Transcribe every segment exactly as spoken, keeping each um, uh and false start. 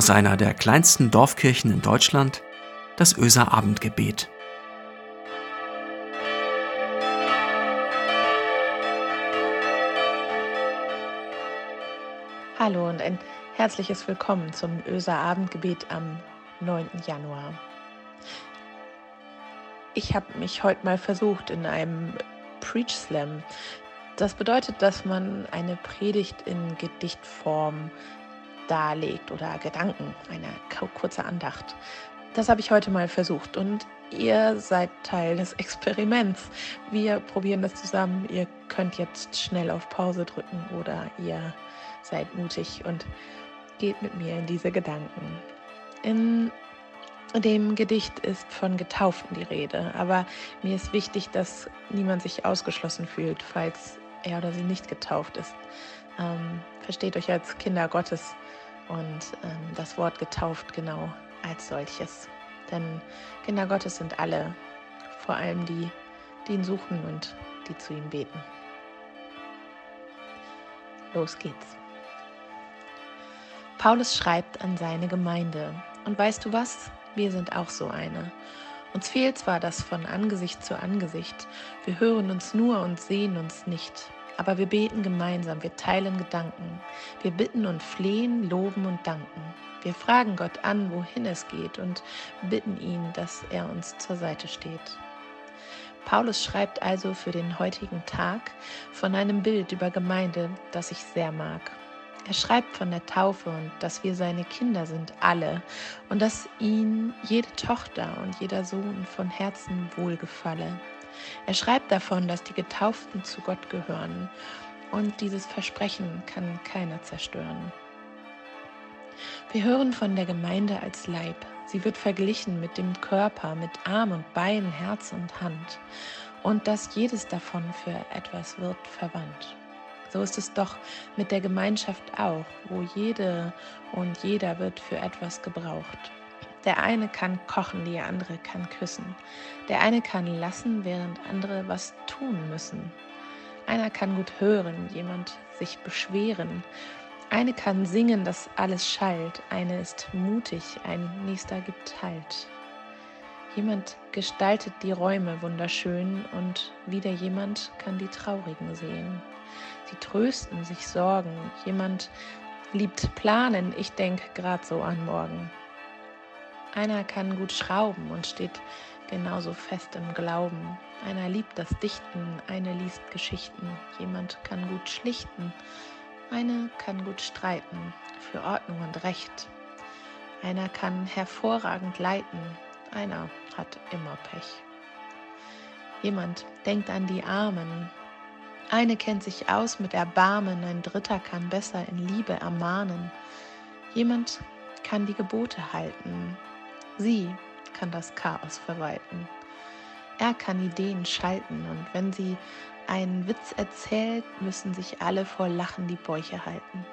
aus einer der kleinsten Dorfkirchen in Deutschland, das Oeser Abendgebet. Hallo und ein herzliches Willkommen zum Oeser Abendgebet am neunten Januar. Ich habe mich heute mal versucht in einem Preach Slam. Das bedeutet, dass man eine Predigt in Gedichtform darlegt oder Gedanken, eine kurze Andacht. Das habe ich heute mal versucht und ihr seid Teil des Experiments. Wir probieren das zusammen. Ihr könnt jetzt schnell auf Pause drücken oder ihr seid mutig und geht mit mir in diese Gedanken. In dem Gedicht ist von Getauften die Rede, aber mir ist wichtig, dass niemand sich ausgeschlossen fühlt, falls er oder sie nicht getauft ist. Ähm, versteht euch als Kinder Gottes und ähm, das Wort getauft genau als solches. Denn Kinder Gottes sind alle, vor allem die, die ihn suchen und die zu ihm beten. Los geht's. Paulus schreibt an seine Gemeinde. Und weißt du was? Wir sind auch so eine. Uns fehlt zwar das von Angesicht zu Angesicht, wir hören uns nur und sehen uns nicht, aber wir beten gemeinsam, wir teilen Gedanken, wir bitten und flehen, loben und danken. Wir fragen Gott an, wohin es geht und bitten ihn, dass er uns zur Seite steht. Paulus schreibt also für den heutigen Tag von einem Bild über Gemeinde, das ich sehr mag. Er schreibt von der Taufe und dass wir seine Kinder sind, alle, und dass ihm jede Tochter und jeder Sohn von Herzen wohlgefalle. Er schreibt davon, dass die Getauften zu Gott gehören, und dieses Versprechen kann keiner zerstören. Wir hören von der Gemeinde als Leib. Sie wird verglichen mit dem Körper, mit Arm und Bein, Herz und Hand, und dass jedes davon für etwas wird verwandt. So ist es doch mit der Gemeinschaft auch, wo jede und jeder wird für etwas gebraucht. Der eine kann kochen, die andere kann küssen. Der eine kann lassen, während andere was tun müssen. Einer kann gut hören, jemand sich beschweren. Eine kann singen, dass alles schallt. Eine ist mutig, ein nächster gibt Halt. Jemand gestaltet die Räume wunderschön und wieder jemand kann die Traurigen sehen. Sie trösten, sich sorgen. Jemand liebt planen, ich denke gerade so an morgen. Einer kann gut schrauben und steht genauso fest im Glauben. Einer liebt das Dichten, eine liest Geschichten. Jemand kann gut schlichten, eine kann gut streiten für Ordnung und Recht. Einer kann hervorragend leiten, einer hat immer Pech. Jemand denkt an die Armen. Eine kennt sich aus mit Erbarmen, ein Dritter kann besser in Liebe ermahnen. Jemand kann die Gebote halten, sie kann das Chaos verwalten. Er kann Ideen schalten und wenn sie einen Witz erzählt, müssen sich alle vor Lachen die Bäuche halten.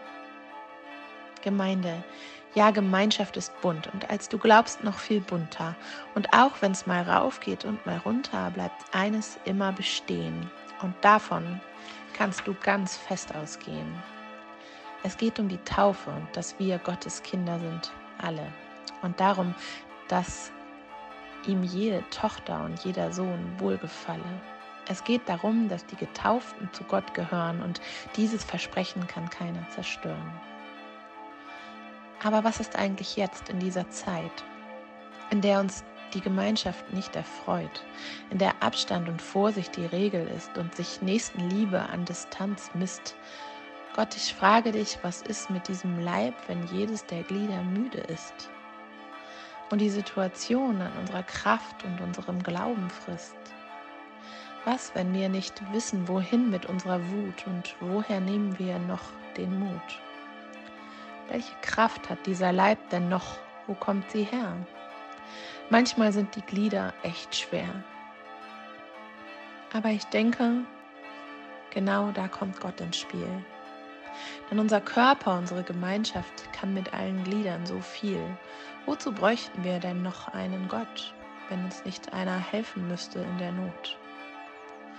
Gemeinde, ja, Gemeinschaft ist bunt und als du glaubst noch viel bunter. Und auch wenn es mal rauf geht und mal runter, bleibt eines immer bestehen. Und davon kannst du ganz fest ausgehen. Es geht um die Taufe und dass wir Gottes Kinder sind, alle. Und darum, dass ihm jede Tochter und jeder Sohn wohlgefalle. Es geht darum, dass die Getauften zu Gott gehören und dieses Versprechen kann keiner zerstören. Aber was ist eigentlich jetzt in dieser Zeit, in der uns die Gemeinschaft nicht erfreut, in der Abstand und Vorsicht die Regel ist und sich Nächstenliebe an Distanz misst? Gott, ich frage dich, was ist mit diesem Leib, wenn jedes der Glieder müde ist und die Situation an unserer Kraft und unserem Glauben frisst? Was, wenn wir nicht wissen, wohin mit unserer Wut und woher nehmen wir noch den Mut? Welche Kraft hat dieser Leib denn noch? Wo kommt sie her? Manchmal sind die Glieder echt schwer. Aber ich denke, genau da kommt Gott ins Spiel. Denn unser Körper, unsere Gemeinschaft kann mit allen Gliedern so viel. Wozu bräuchten wir denn noch einen Gott, wenn uns nicht einer helfen müsste in der Not?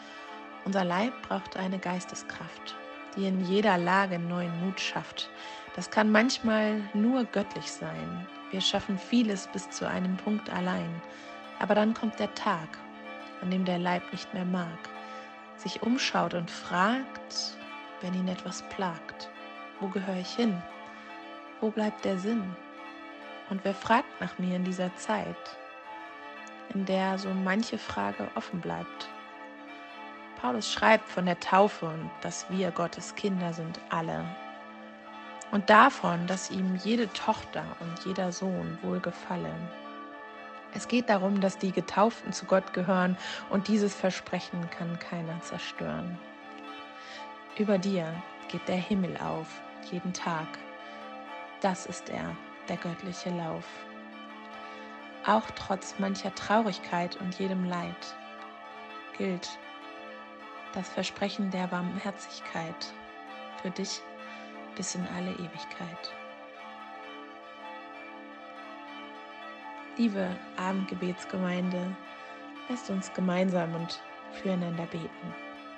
Unser Leib braucht eine Geisteskraft, die in jeder Lage neuen Mut schafft, Das kann manchmal nur göttlich sein. Wir schaffen vieles bis zu einem Punkt allein. Aber dann kommt der Tag, an dem der Leib nicht mehr mag, sich umschaut und fragt, wenn ihn etwas plagt: Wo gehöre ich hin? Wo bleibt der Sinn? Und wer fragt nach mir in dieser Zeit, in der so manche Frage offen bleibt? Paulus schreibt von der Taufe und dass wir Gottes Kinder sind, alle. Und davon, dass ihm jede Tochter und jeder Sohn wohlgefallen. Es geht darum, dass die Getauften zu Gott gehören und dieses Versprechen kann keiner zerstören. Über dir geht der Himmel auf, jeden Tag. Das ist er, der göttliche Lauf. Auch trotz mancher Traurigkeit und jedem Leid gilt das Versprechen der Barmherzigkeit für dich bis in alle Ewigkeit. Liebe Abendgebetsgemeinde, lasst uns gemeinsam und füreinander beten.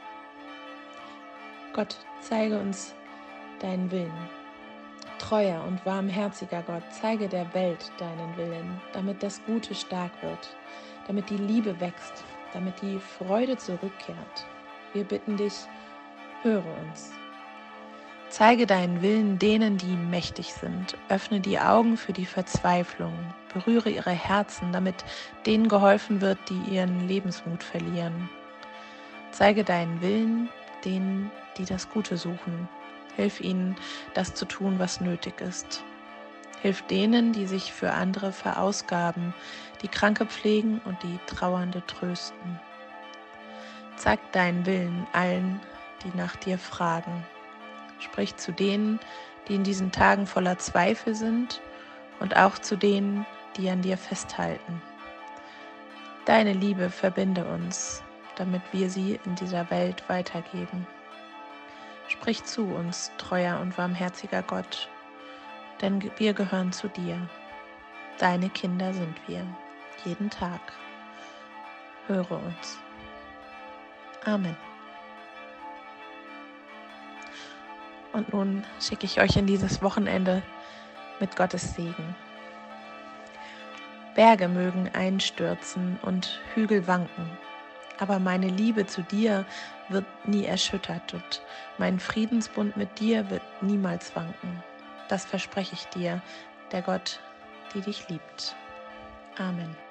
Gott, zeige uns deinen Willen. Treuer und warmherziger Gott, zeige der Welt deinen Willen, damit das Gute stark wird, damit die Liebe wächst, damit die Freude zurückkehrt. Wir bitten dich, höre uns. Zeige deinen Willen denen, die mächtig sind. Öffne die Augen für die Verzweiflung. Berühre ihre Herzen, damit denen geholfen wird, die ihren Lebensmut verlieren. Zeige deinen Willen denen, die das Gute suchen. Hilf ihnen, das zu tun, was nötig ist. Hilf denen, die sich für andere verausgaben, die Kranke pflegen und die Trauernde trösten. Zeig deinen Willen allen, die nach dir fragen. Sprich zu denen, die in diesen Tagen voller Zweifel sind und auch zu denen, die an dir festhalten. Deine Liebe verbinde uns, damit wir sie in dieser Welt weitergeben. Sprich zu uns, treuer und warmherziger Gott, denn wir gehören zu dir. Deine Kinder sind wir, jeden Tag. Höre uns. Amen. Und nun schicke ich euch in dieses Wochenende mit Gottes Segen. Berge mögen einstürzen und Hügel wanken, aber meine Liebe zu dir wird nie erschüttert und mein Friedensbund mit dir wird niemals wanken. Das verspreche ich dir, der Gott, die dich liebt. Amen.